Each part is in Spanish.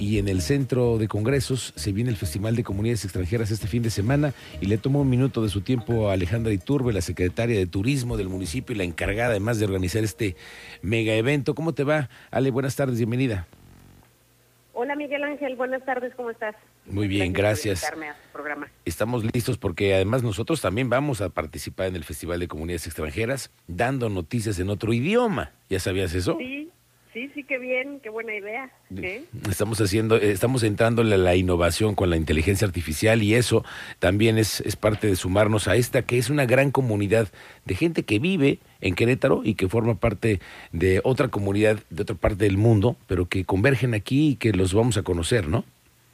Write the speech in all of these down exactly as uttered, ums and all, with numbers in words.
y en el Centro de Congresos se viene el Festival de Comunidades Extranjeras este fin de semana y le tomo un minuto de su tiempo a Alejandra Iturbe, la secretaria de Turismo del municipio y la encargada además de organizar este mega evento. ¿Cómo te va, Ale? Buenas tardes, bienvenida. Hola Miguel Ángel, buenas tardes, ¿cómo estás? Muy bien, gracias. Por invitarme a tu programa. Estamos listos porque además nosotros también vamos a participar en el Festival de Comunidades Extranjeras dando noticias en otro idioma. ¿Ya sabías eso? Sí, sí, sí, qué bien, qué buena idea. ¿Sí? Estamos haciendo, estamos entrándole a la innovación con la inteligencia artificial y eso también es, es parte de sumarnos a esta que es una gran comunidad de gente que vive en Querétaro y que forma parte de otra comunidad de otra parte del mundo, pero que convergen aquí y que los vamos a conocer, ¿no?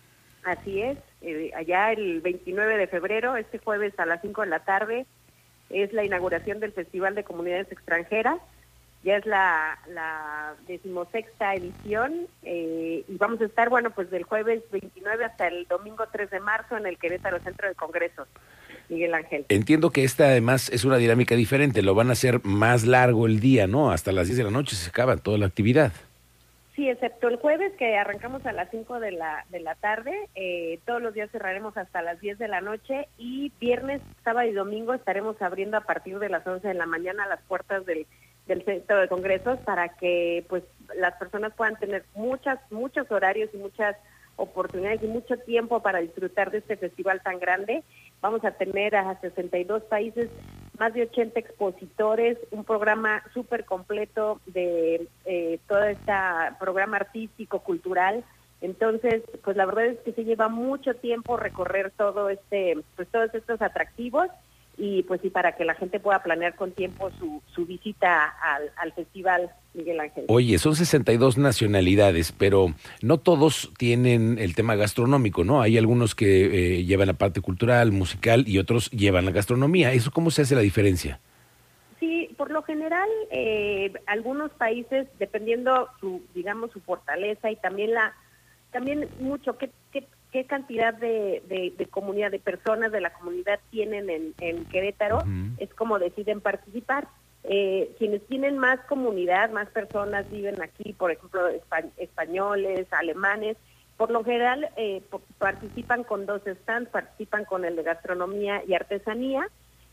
Así es, eh, allá el veintinueve de febrero, este jueves a las cinco de la tarde, es la inauguración del Festival de Comunidades Extranjeras. Ya es la, la decimosexta edición eh, y vamos a estar, bueno, pues del jueves veintinueve hasta el domingo tres de marzo en el Querétaro Centro de Congresos, Miguel Ángel. Entiendo que esta además es una dinámica diferente, lo van a hacer más largo el día, ¿no? Hasta las diez de la noche se acaba toda la actividad. Sí, excepto el jueves que arrancamos a las cinco de la, de la tarde, eh, todos los días cerraremos hasta las diez de la noche y viernes, sábado y domingo estaremos abriendo a partir de las once de la mañana las puertas del del Centro de Congresos para que pues las personas puedan tener muchas muchos horarios y muchas oportunidades y mucho tiempo para disfrutar de este festival tan grande. Vamos a tener a sesenta y dos países, más de ochenta expositores, un programa súper completo de eh, todo este programa artístico, cultural. Entonces, pues la verdad es que se lleva mucho tiempo recorrer todo este, pues todos estos atractivos y pues y para que la gente pueda planear con tiempo su, su visita al, al festival, Miguel Ángel. Oye, son sesenta y dos nacionalidades, pero no todos tienen el tema gastronómico, ¿no? Hay algunos que eh, llevan la parte cultural, musical y otros llevan la gastronomía. ¿Eso cómo se hace la diferencia? Sí, por lo general, eh, algunos países, dependiendo su, digamos, su fortaleza y también la, también mucho qué qué qué cantidad de, de, de comunidad, de personas de la comunidad tienen en, en Querétaro, uh-huh. Es como deciden participar. Eh, quienes tienen más comunidad, más personas viven aquí, por ejemplo, espa- españoles, alemanes, por lo general eh, p- participan con dos stands, participan con el de gastronomía y artesanía.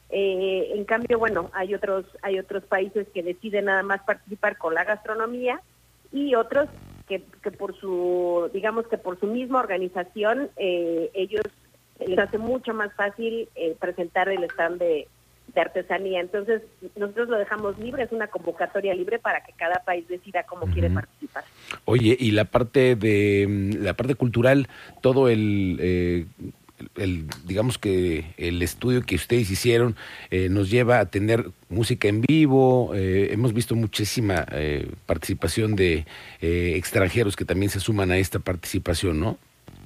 Eh, en cambio, bueno, hay otros, hay otros países que deciden nada más participar con la gastronomía y otros Que, que por su, digamos que por su misma organización, eh, ellos les hace mucho más fácil eh, presentar el stand de, de artesanía. Entonces, nosotros lo dejamos libre, es una convocatoria libre para que cada país decida cómo uh-huh. quiere participar. Oye, y la parte de la parte cultural, todo el... Eh... El, digamos que el estudio que ustedes hicieron eh, nos lleva a tener música en vivo, eh, hemos visto muchísima eh, participación de eh, extranjeros que también se suman a esta participación, ¿no?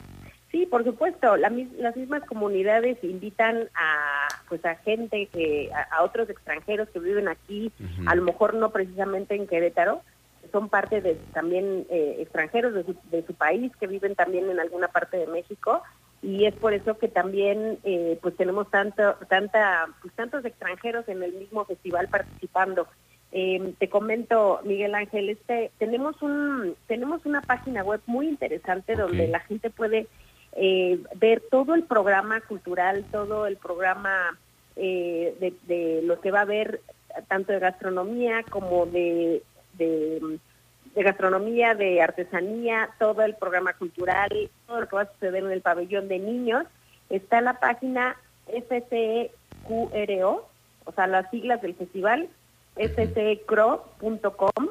Sí, por supuesto, la, las mismas comunidades invitan a pues a gente, que a, a otros extranjeros que viven aquí, uh-huh. A lo mejor no precisamente en Querétaro, son parte de también eh, extranjeros de su, de su país que viven también en alguna parte de México. Y es por eso que también eh, pues tenemos tanto tanta pues tantos extranjeros en el mismo festival participando. Eh, te comento, Miguel Ángel, este tenemos un tenemos una página web muy interesante okay. Donde la gente puede eh, ver todo el programa cultural, todo el programa eh, de, de lo que va a haber tanto de gastronomía como de, de de gastronomía, de artesanía, todo el programa cultural, todo lo que va a suceder en el pabellón de niños. Está en la página F C E Q R O, o sea, las siglas del festival, f c e c r o punto com.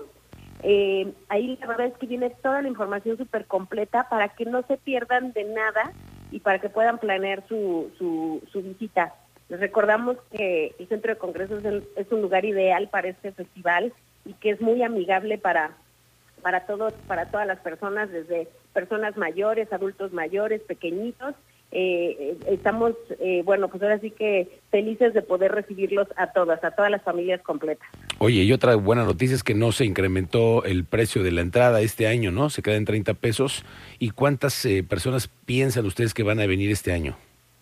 Eh, ahí la verdad es que viene toda la información súper completa para que no se pierdan de nada y para que puedan planear su, su, su visita. Les recordamos que el Centro de Congresos es, el, es un lugar ideal para este festival y que es muy amigable para para todos, para todas las personas, desde personas mayores, adultos mayores, pequeñitos. Eh, estamos, eh, bueno, pues ahora sí que felices de poder recibirlos a todas, a todas las familias completas. Oye, y otra buena noticia es que no se incrementó el precio de la entrada este año, ¿no? Se queda en treinta pesos. ¿Y cuántas eh, personas piensan ustedes que van a venir este año?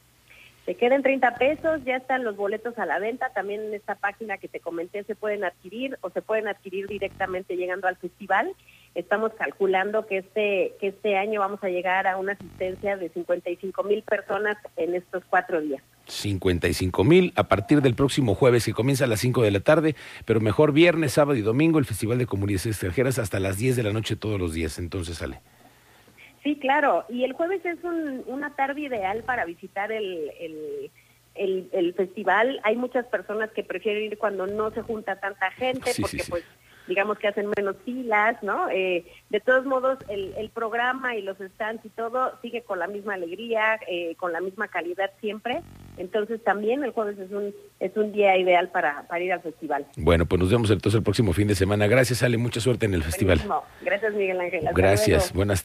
Se quedan treinta pesos, ya están los boletos a la venta, también en esta página que te comenté se pueden adquirir o se pueden adquirir directamente llegando al festival. estamos calculando que este, que este año vamos a llegar a una asistencia de cincuenta y cinco mil personas en estos cuatro días. cincuenta y cinco mil a partir del próximo jueves, que comienza a las cinco de la tarde, pero mejor viernes, sábado y domingo, el Festival de Comunidades Extranjeras hasta las diez de la noche todos los días, entonces sale. Sí, claro, y el jueves es un, una tarde ideal para visitar el, el, el, el festival. Hay muchas personas que prefieren ir cuando no se junta tanta gente, Sí, porque sí, sí. pues digamos que hacen menos filas, ¿no? Eh, de todos modos, el, el programa y los stands y todo sigue con la misma alegría, eh, con la misma calidad siempre. Entonces también el jueves es un es un día ideal para, para ir al festival. Bueno, pues nos vemos entonces el próximo fin de semana. Gracias, Ale, mucha suerte en el festival. Buenísimo. Gracias, Miguel Ángel. Hasta Gracias, luego. buenas